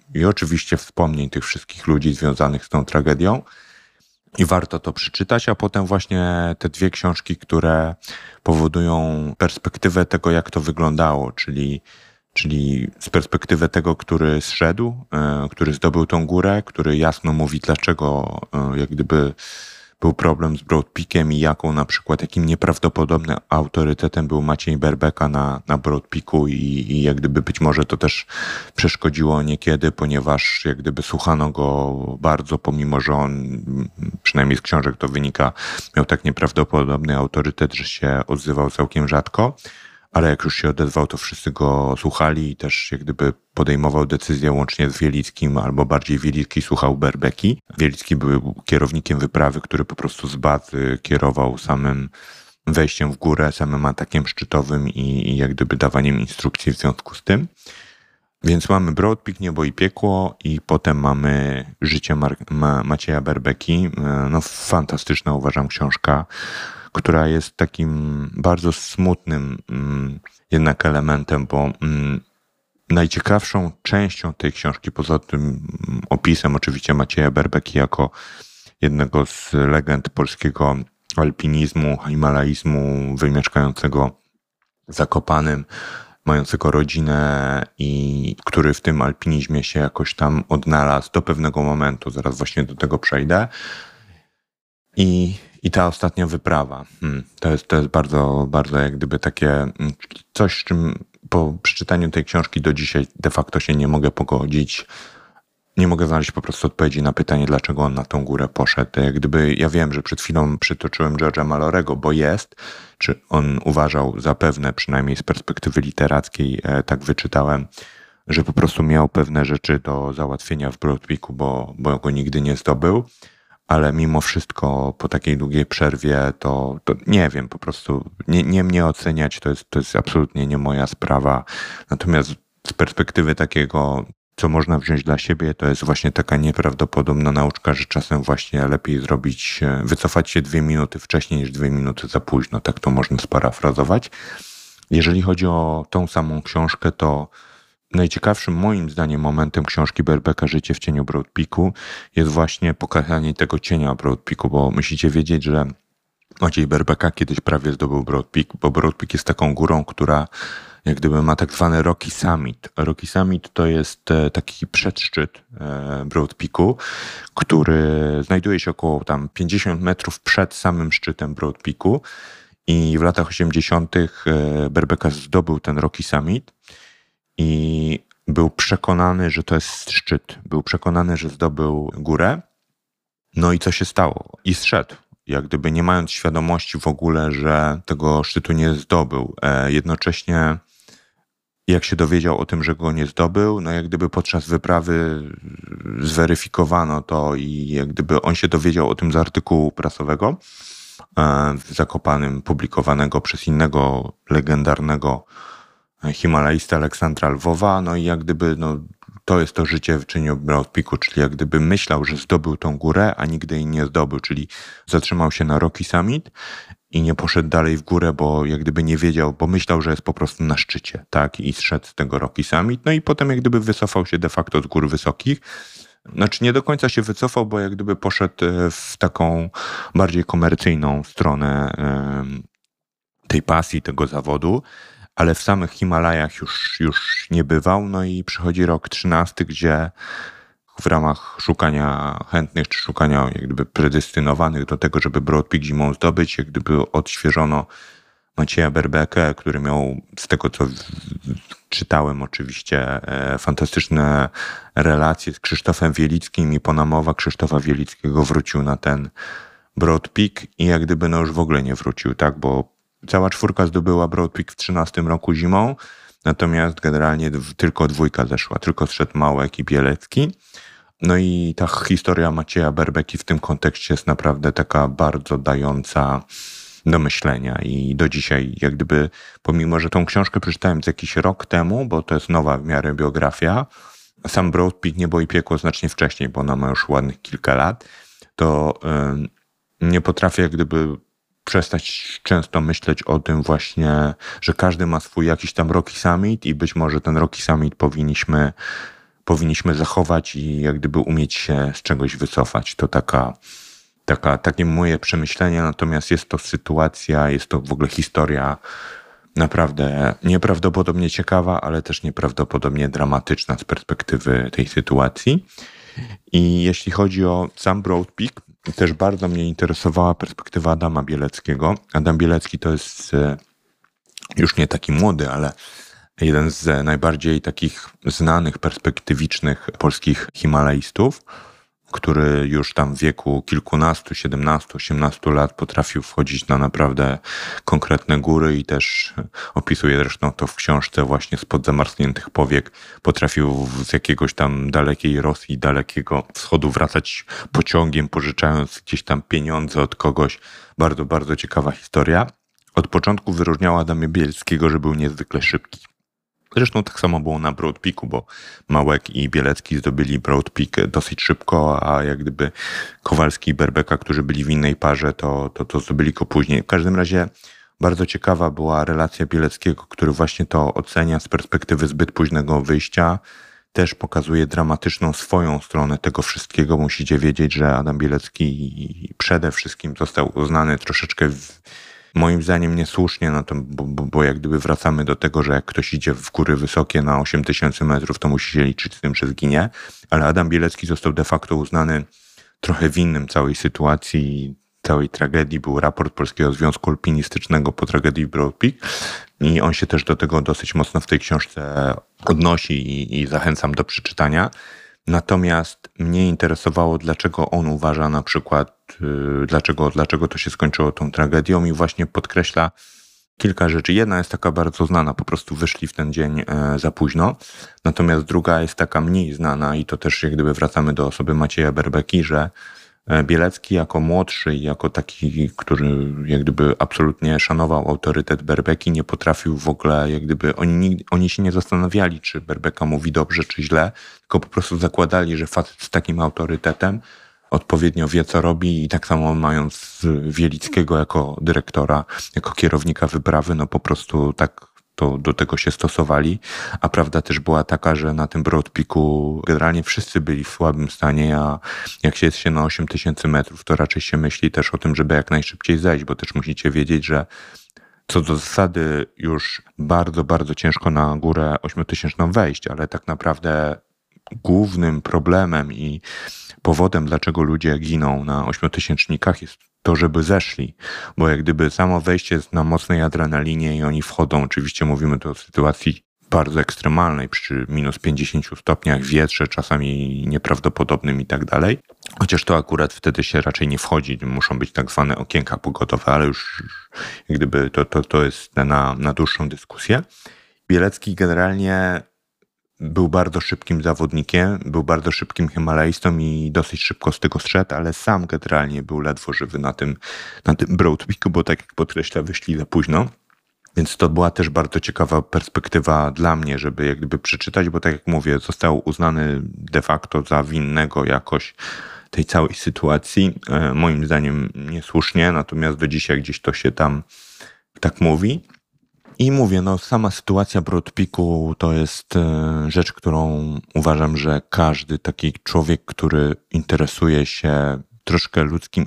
i oczywiście wspomnień tych wszystkich ludzi związanych z tą tragedią. I warto to przeczytać, a potem właśnie te dwie książki, które powodują perspektywę tego, jak to wyglądało, czyli, czyli z perspektywy tego, który zszedł, który zdobył tą górę, który jasno mówi, dlaczego jak gdyby był problem z Broad Peakiem i jaką na przykład, jakim nieprawdopodobnym autorytetem był Maciej Berbeka na, na Broad Peaku i, i jak gdyby być może to też przeszkodziło niekiedy, ponieważ jak gdyby słuchano go bardzo, pomimo że on, przynajmniej z książek to wynika, miał tak nieprawdopodobny autorytet, że się odzywał całkiem rzadko. Ale jak już się odezwał, to wszyscy go słuchali i też jak gdyby podejmował decyzję łącznie z Wielickim, albo bardziej Wielicki słuchał Berbeki. Wielicki był kierownikiem wyprawy, który po prostu z bazy kierował samym wejściem w górę, samym atakiem szczytowym i, i jak gdyby dawaniem instrukcji w związku z tym. Więc mamy Broad Peak, Niebo i Piekło i potem mamy Życie Mar- Ma- Macieja Berbeki. No fantastyczna, uważam, książka, która jest takim bardzo smutnym mm, jednak elementem, bo mm, najciekawszą częścią tej książki, poza tym mm, opisem oczywiście Macieja Berbeki jako jednego z legend polskiego alpinizmu, himalaizmu, wymieszkającego w Zakopanem, mającego rodzinę i który w tym alpinizmie się jakoś tam odnalazł do pewnego momentu, zaraz właśnie do tego przejdę. I I ta ostatnia wyprawa, hmm, to jest, to jest bardzo, bardzo jak gdyby takie coś, z czym po przeczytaniu tej książki do dzisiaj de facto się nie mogę pogodzić. Nie mogę znaleźć po prostu odpowiedzi na pytanie, dlaczego on na tą górę poszedł. Jak gdyby, ja wiem, że przed chwilą przytoczyłem George'a Malorego, bo jest, czy on uważał zapewne, przynajmniej z perspektywy literackiej, e, tak wyczytałem, że po prostu miał pewne rzeczy do załatwienia w Broad Peaku, bo, bo go nigdy nie zdobył. Ale mimo wszystko po takiej długiej przerwie to, to nie wiem, po prostu nie, nie mnie oceniać, to jest, to jest absolutnie nie moja sprawa. Natomiast z perspektywy takiego, co można wziąć dla siebie, to jest właśnie taka nieprawdopodobna nauczka, że czasem właśnie lepiej zrobić, wycofać się dwie minuty wcześniej niż dwie minuty za późno. Tak to można sparafrazować. Jeżeli chodzi o tą samą książkę, to najciekawszym moim zdaniem momentem książki Berbeka Życie w cieniu Broad Peaku jest właśnie pokazanie tego cienia Broad Peaku, bo musicie wiedzieć, że Maciej Berbeka kiedyś prawie zdobył Broad Peak, bo Broad Peak jest taką górą, która jak gdyby ma tak zwany Rocky Summit. Rocky Summit to jest taki przedszczyt Broad Peaku, który znajduje się około tam pięćdziesiąt metrów przed samym szczytem Broad Peaku i w latach osiemdziesiątych Berbeka zdobył ten Rocky Summit. I był przekonany, że to jest szczyt. Był przekonany, że zdobył górę. No i co się stało? I zszedł. Jak gdyby nie mając świadomości w ogóle, że tego szczytu nie zdobył. E, jednocześnie jak się dowiedział o tym, że go nie zdobył, no jak gdyby podczas wyprawy zweryfikowano to i jak gdyby on się dowiedział o tym z artykułu prasowego e, w Zakopanem, publikowanego przez innego legendarnego himalaista Aleksandra Lwowa, no i jak gdyby no, to jest to życie w cieniu Broad Peaku, czyli jak gdyby myślał, że zdobył tą górę, a nigdy jej nie zdobył, czyli zatrzymał się na Rocky Summit i nie poszedł dalej w górę, bo jak gdyby nie wiedział, bo myślał, że jest po prostu na szczycie, tak, i zszedł z tego Rocky Summit, no i potem jak gdyby wycofał się de facto z gór wysokich. Znaczy nie do końca się wycofał, bo jak gdyby poszedł w taką bardziej komercyjną stronę tej pasji, tego zawodu, ale w samych Himalajach już, już nie bywał. No i przychodzi rok trzynasty, gdzie w ramach szukania chętnych, czy szukania jak gdyby predestynowanych do tego, żeby Broad Peak zimą zdobyć, jak gdyby odświeżono Macieja Berbekę, który miał, z tego co czytałem oczywiście, fantastyczne relacje z Krzysztofem Wielickim i po namowa Krzysztofa Wielickiego wrócił na ten Broad Peak i jak gdyby no już w ogóle nie wrócił, tak, bo cała czwórka zdobyła Broad Peak w trzynastym roku zimą, natomiast generalnie tylko dwójka zeszła, tylko zszedł Małek i Bielecki. No i ta historia Macieja Berbeki w tym kontekście jest naprawdę taka bardzo dająca do myślenia i do dzisiaj jak gdyby, pomimo że tą książkę przeczytałem z jakiś rok temu, bo to jest nowa w miarę biografia, sam Broad Peak Niebo i Piekło znacznie wcześniej, bo ona ma już ładnych kilka lat, to yy, nie potrafię jak gdyby przestać często myśleć o tym właśnie, że każdy ma swój jakiś tam Rocky Summit i być może ten Rocky Summit powinniśmy powinniśmy zachować i jak gdyby umieć się z czegoś wycofać. To taka, taka, takie moje przemyślenia, natomiast jest to sytuacja, jest to w ogóle historia naprawdę nieprawdopodobnie ciekawa, ale też nieprawdopodobnie dramatyczna z perspektywy tej sytuacji. I jeśli chodzi o sam Broad Peak, też bardzo mnie interesowała perspektywa Adama Bieleckiego. Adam Bielecki to jest już nie taki młody, ale jeden z najbardziej takich znanych, perspektywicznych polskich himalaistów, który już tam w wieku kilkunastu, siedemnastu, osiemnastu lat potrafił wchodzić na naprawdę konkretne góry i też opisuje zresztą to w książce właśnie spod zamarzniętych powiek. Potrafił z jakiegoś tam dalekiej Rosji, dalekiego wschodu wracać pociągiem, pożyczając gdzieś tam pieniądze od kogoś. Bardzo, bardzo ciekawa historia. Od początku wyróżniała Adama Bieleckiego, że był niezwykle szybki. Zresztą tak samo było na Broad Peaku, bo Małek i Bielecki zdobyli Broad Peak dosyć szybko, a jak gdyby Kowalski i Berbeka, którzy byli w innej parze, to, to, to zdobyli go później. W każdym razie bardzo ciekawa była relacja Bieleckiego, który właśnie to ocenia z perspektywy zbyt późnego wyjścia. Też pokazuje dramatyczną swoją stronę tego wszystkiego. Musicie wiedzieć, że Adam Bielecki przede wszystkim został uznany troszeczkę w moim zdaniem niesłusznie, no to, bo, bo, bo jak gdyby wracamy do tego, że jak ktoś idzie w góry wysokie na osiem tysięcy metrów, to musi się liczyć z tym, że zginie. Ale Adam Bielecki został de facto uznany trochę winnym całej sytuacji, całej tragedii. Był raport Polskiego Związku Alpinistycznego po tragedii Broad Peak i on się też do tego dosyć mocno w tej książce odnosi i, i zachęcam do przeczytania. Natomiast mnie interesowało, dlaczego on uważa na przykład, yy, dlaczego, dlaczego to się skończyło tą tragedią i właśnie podkreśla kilka rzeczy. Jedna jest taka bardzo znana, po prostu wyszli w ten dzień e, za późno. Natomiast druga jest taka mniej znana i to też jak gdyby wracamy do osoby Macieja Berbeki, że Bielecki jako młodszy i jako taki, który jak gdyby absolutnie szanował autorytet Berbeki, nie potrafił w ogóle, jak gdyby oni, nigdy, oni się nie zastanawiali, czy Berbeka mówi dobrze, czy źle, tylko po prostu zakładali, że facet z takim autorytetem odpowiednio wie, co robi i tak samo mając Wielickiego jako dyrektora, jako kierownika wyprawy, no po prostu tak to do tego się stosowali, a prawda też była taka, że na tym Broad Peaku generalnie wszyscy byli w słabym stanie, a jak się jest się na osiem tysięcy metrów, to raczej się myśli też o tym, żeby jak najszybciej zejść, bo też musicie wiedzieć, że co do zasady już bardzo, bardzo ciężko na górę ośmiotysięczną wejść, ale tak naprawdę głównym problemem i powodem, dlaczego ludzie giną na ośmiotysięcznikach jest to, żeby zeszli, bo jak gdyby samo wejście jest na mocnej adrenalinie i oni wchodzą, oczywiście mówimy tu o sytuacji bardzo ekstremalnej, przy minus pięćdziesięciu stopniach, wietrze, czasami nieprawdopodobnym i tak dalej, chociaż to akurat wtedy się raczej nie wchodzi, muszą być tak zwane okienka pogodowe, ale już jak gdyby to, to, to jest na, na dłuższą dyskusję. Bielecki generalnie był bardzo szybkim zawodnikiem, był bardzo szybkim himalaistą i dosyć szybko z tego zszedł, ale sam generalnie był ledwo żywy na tym, na tym Broad Peaku, bo tak jak podkreśla, wyszli za późno. Więc to była też bardzo ciekawa perspektywa dla mnie, żeby jak gdyby przeczytać, bo tak jak mówię, został uznany de facto za winnego jakoś tej całej sytuacji. Moim zdaniem niesłusznie, natomiast do dzisiaj gdzieś to się tam tak mówi. I mówię, no sama sytuacja Broad Peaku to jest rzecz, którą uważam, że każdy taki człowiek, który interesuje się troszkę ludzkim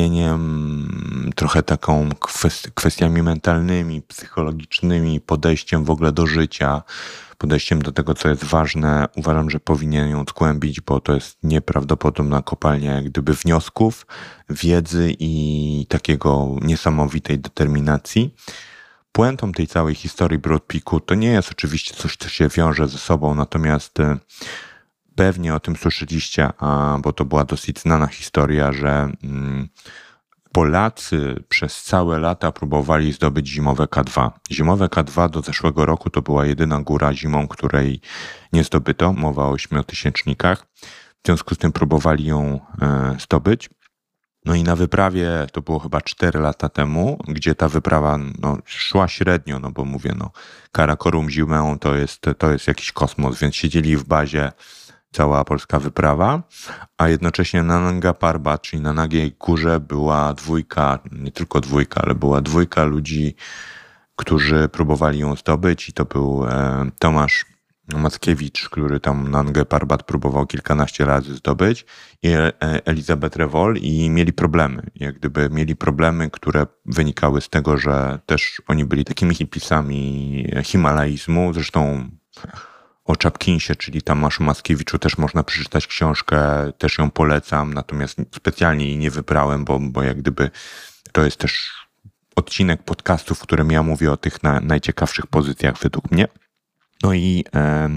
istnieniem, trochę taką kwestiami mentalnymi, psychologicznymi, podejściem w ogóle do życia, podejściem do tego, co jest ważne, uważam, że powinien ją zgłębić, bo to jest nieprawdopodobna kopalnia jak gdyby wniosków, wiedzy i takiego niesamowitej determinacji. Puentą tej całej historii Broad Peaku to nie jest oczywiście coś, co się wiąże ze sobą, natomiast pewnie o tym słyszeliście, a, bo to była dosyć znana historia, że mm, Polacy przez całe lata próbowali zdobyć zimowe K dwa. Zimowe K dwa do zeszłego roku to była jedyna góra zimą, której nie zdobyto, mowa o ośmiotysięcznikach. W związku z tym próbowali ją e, zdobyć. No i na wyprawie, to było chyba cztery lata temu, gdzie ta wyprawa no, szła średnio, no bo mówię, no Karakorum zimą to jest, to jest jakiś kosmos, więc siedzieli w bazie cała polska wyprawa, a jednocześnie na Nanga Parbat, czyli na Nagiej Górze była dwójka, nie tylko dwójka, ale była dwójka ludzi, którzy próbowali ją zdobyć i to był e, Tomasz Mackiewicz, który tam Nangę Parbat próbował kilkanaście razy zdobyć, i Elizabeth Revol, i mieli problemy. Jak gdyby mieli problemy, które wynikały z tego, że też oni byli takimi hipisami himalaizmu. Zresztą o Czapkinsie, czyli Tomaszu Mackiewiczu, też można przeczytać książkę, też ją polecam, natomiast specjalnie jej nie wybrałem, bo, bo jak gdyby to jest też odcinek podcastu, w którym ja mówię o tych na, najciekawszych pozycjach według mnie. No i e,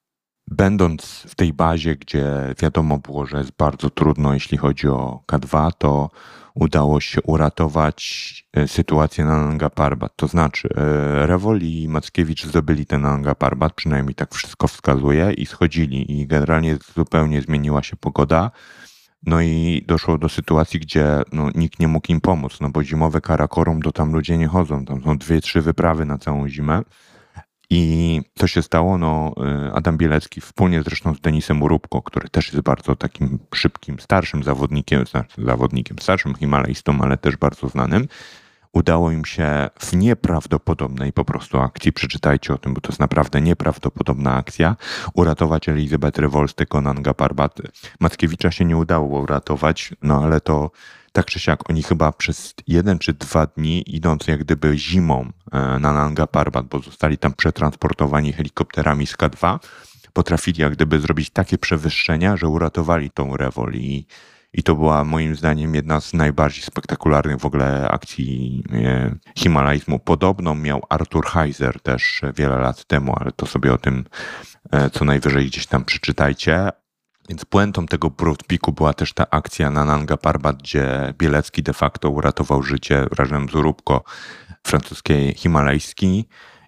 będąc w tej bazie, gdzie wiadomo było, że jest bardzo trudno, jeśli chodzi o K dwa, to udało się uratować sytuację na Nanga Parbat. To znaczy e, Revol i Mackiewicz zdobyli ten Nanga Parbat, przynajmniej tak wszystko wskazuje, i schodzili. I generalnie zupełnie zmieniła się pogoda. No i doszło do sytuacji, gdzie no, nikt nie mógł im pomóc, no bo zimowe Karakorum to tam ludzie nie chodzą. Tam są dwie, trzy wyprawy na całą zimę. I co się stało? No, Adam Bielecki wspólnie zresztą z Denisem Urubko, który też jest bardzo takim szybkim, starszym zawodnikiem, znaczy zawodnikiem, starszym himalaistą, ale też bardzo znanym, udało im się w nieprawdopodobnej po prostu akcji, przeczytajcie o tym, bo to jest naprawdę nieprawdopodobna akcja, uratować Elizabeth Revol z tego Nanga Parbat. Mackiewicza się nie udało uratować, no ale to tak czy siak oni chyba przez jeden czy dwa dni, idąc jak gdyby zimą na Nanga Parbat, bo zostali tam przetransportowani helikopterami z K dwa, potrafili jak gdyby zrobić takie przewyższenia, że uratowali tą Revol. I, i to była moim zdaniem jedna z najbardziej spektakularnych w ogóle akcji e, himalaizmu. Podobną miał Arthur Heiser też wiele lat temu, ale to sobie o tym e, co najwyżej gdzieś tam przeczytajcie. Więc puentą tego Broad Peaku była też ta akcja na Nanga Parbat, gdzie Bielecki de facto uratował życie razem z Urubko francuskiej himalajskiej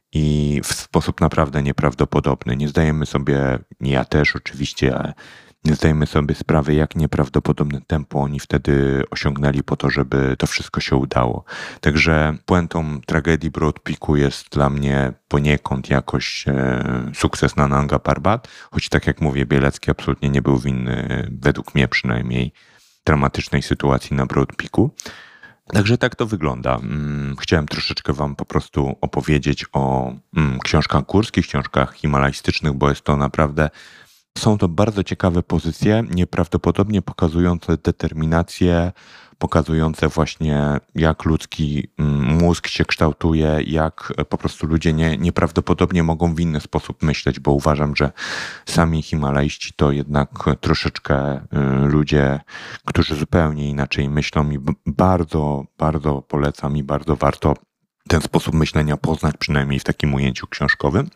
i w sposób naprawdę nieprawdopodobny. Nie zdajemy sobie, ja też oczywiście, ale nie zdajemy sobie sprawy, jak nieprawdopodobne tempo oni wtedy osiągnęli po to, żeby to wszystko się udało. Także puentą tragedii Broad Peaku jest dla mnie poniekąd jakoś e, sukces na Nanga Parbat, choć tak jak mówię, Bielecki absolutnie nie był winny, według mnie przynajmniej, dramatycznej sytuacji na Broad Peaku. Także tak to wygląda. Chciałem troszeczkę wam po prostu opowiedzieć o mm, książkach górskich, książkach himalajstycznych, bo jest to naprawdę... Są to bardzo ciekawe pozycje, nieprawdopodobnie pokazujące determinację, pokazujące właśnie jak ludzki mózg się kształtuje, jak po prostu ludzie nie, nieprawdopodobnie mogą w inny sposób myśleć, bo uważam, że sami himalaiści to jednak troszeczkę ludzie, którzy zupełnie inaczej myślą i bardzo, bardzo polecam i bardzo warto ten sposób myślenia poznać, przynajmniej w takim ujęciu książkowym.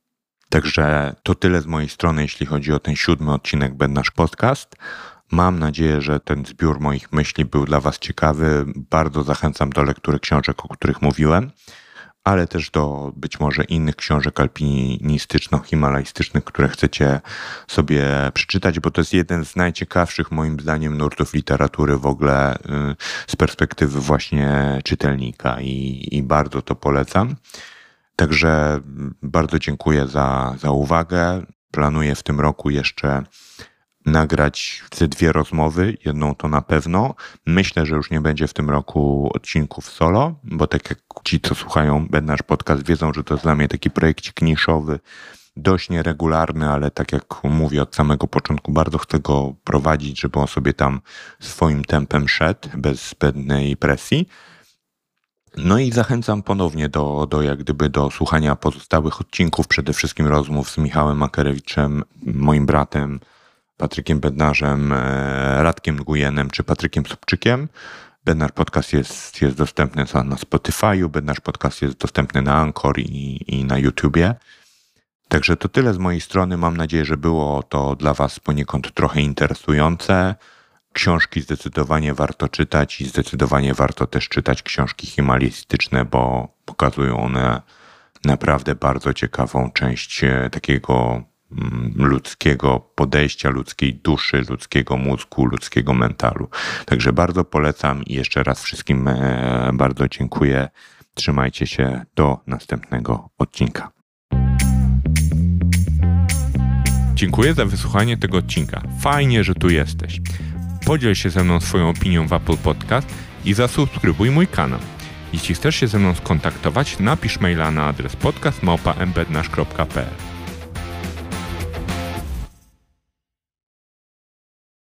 Także to tyle z mojej strony, jeśli chodzi o ten siódmy odcinek Bednarz Podcast. Mam nadzieję, że ten zbiór moich myśli był dla was ciekawy. Bardzo zachęcam do lektury książek, o których mówiłem, ale też do być może innych książek alpinistyczno-himalajstycznych, które chcecie sobie przeczytać, bo to jest jeden z najciekawszych moim zdaniem nurtów literatury w ogóle z perspektywy właśnie czytelnika i, i bardzo to polecam. Także bardzo dziękuję za, za uwagę. Planuję w tym roku jeszcze nagrać te dwie rozmowy. Jedną to na pewno. Myślę, że już nie będzie w tym roku odcinków solo, bo tak jak ci, co słuchają Bednarz Podcast, wiedzą, że to jest dla mnie taki projekcik niszowy, dość nieregularny, ale tak jak mówię od samego początku, bardzo chcę go prowadzić, żeby on sobie tam swoim tempem szedł, bez zbędnej presji. No i zachęcam ponownie do, do jak gdyby do słuchania pozostałych odcinków, przede wszystkim rozmów z Michałem Makerewiczem, moim bratem, Patrykiem Bednarzem, Radkiem Nguyenem czy Patrykiem Sobczykiem. Bednarz Podcast jest, jest dostępny na Spotify'u, Bednarz Podcast jest dostępny na Anchor i, i na YouTubie. Także to tyle z mojej strony. Mam nadzieję, że było to dla was poniekąd trochę interesujące. Książki zdecydowanie warto czytać i zdecydowanie warto też czytać książki himalajstyczne, bo pokazują one naprawdę bardzo ciekawą część takiego ludzkiego podejścia, ludzkiej duszy, ludzkiego mózgu, ludzkiego mentalu. Także bardzo polecam i jeszcze raz wszystkim bardzo dziękuję. Trzymajcie się do następnego odcinka. Dziękuję za wysłuchanie tego odcinka. Fajnie, że tu jesteś. Podziel się ze mną swoją opinią w Apple Podcast i zasubskrybuj mój kanał. Jeśli chcesz się ze mną skontaktować, napisz maila na adres podcast małpa m bednarz kropka p l.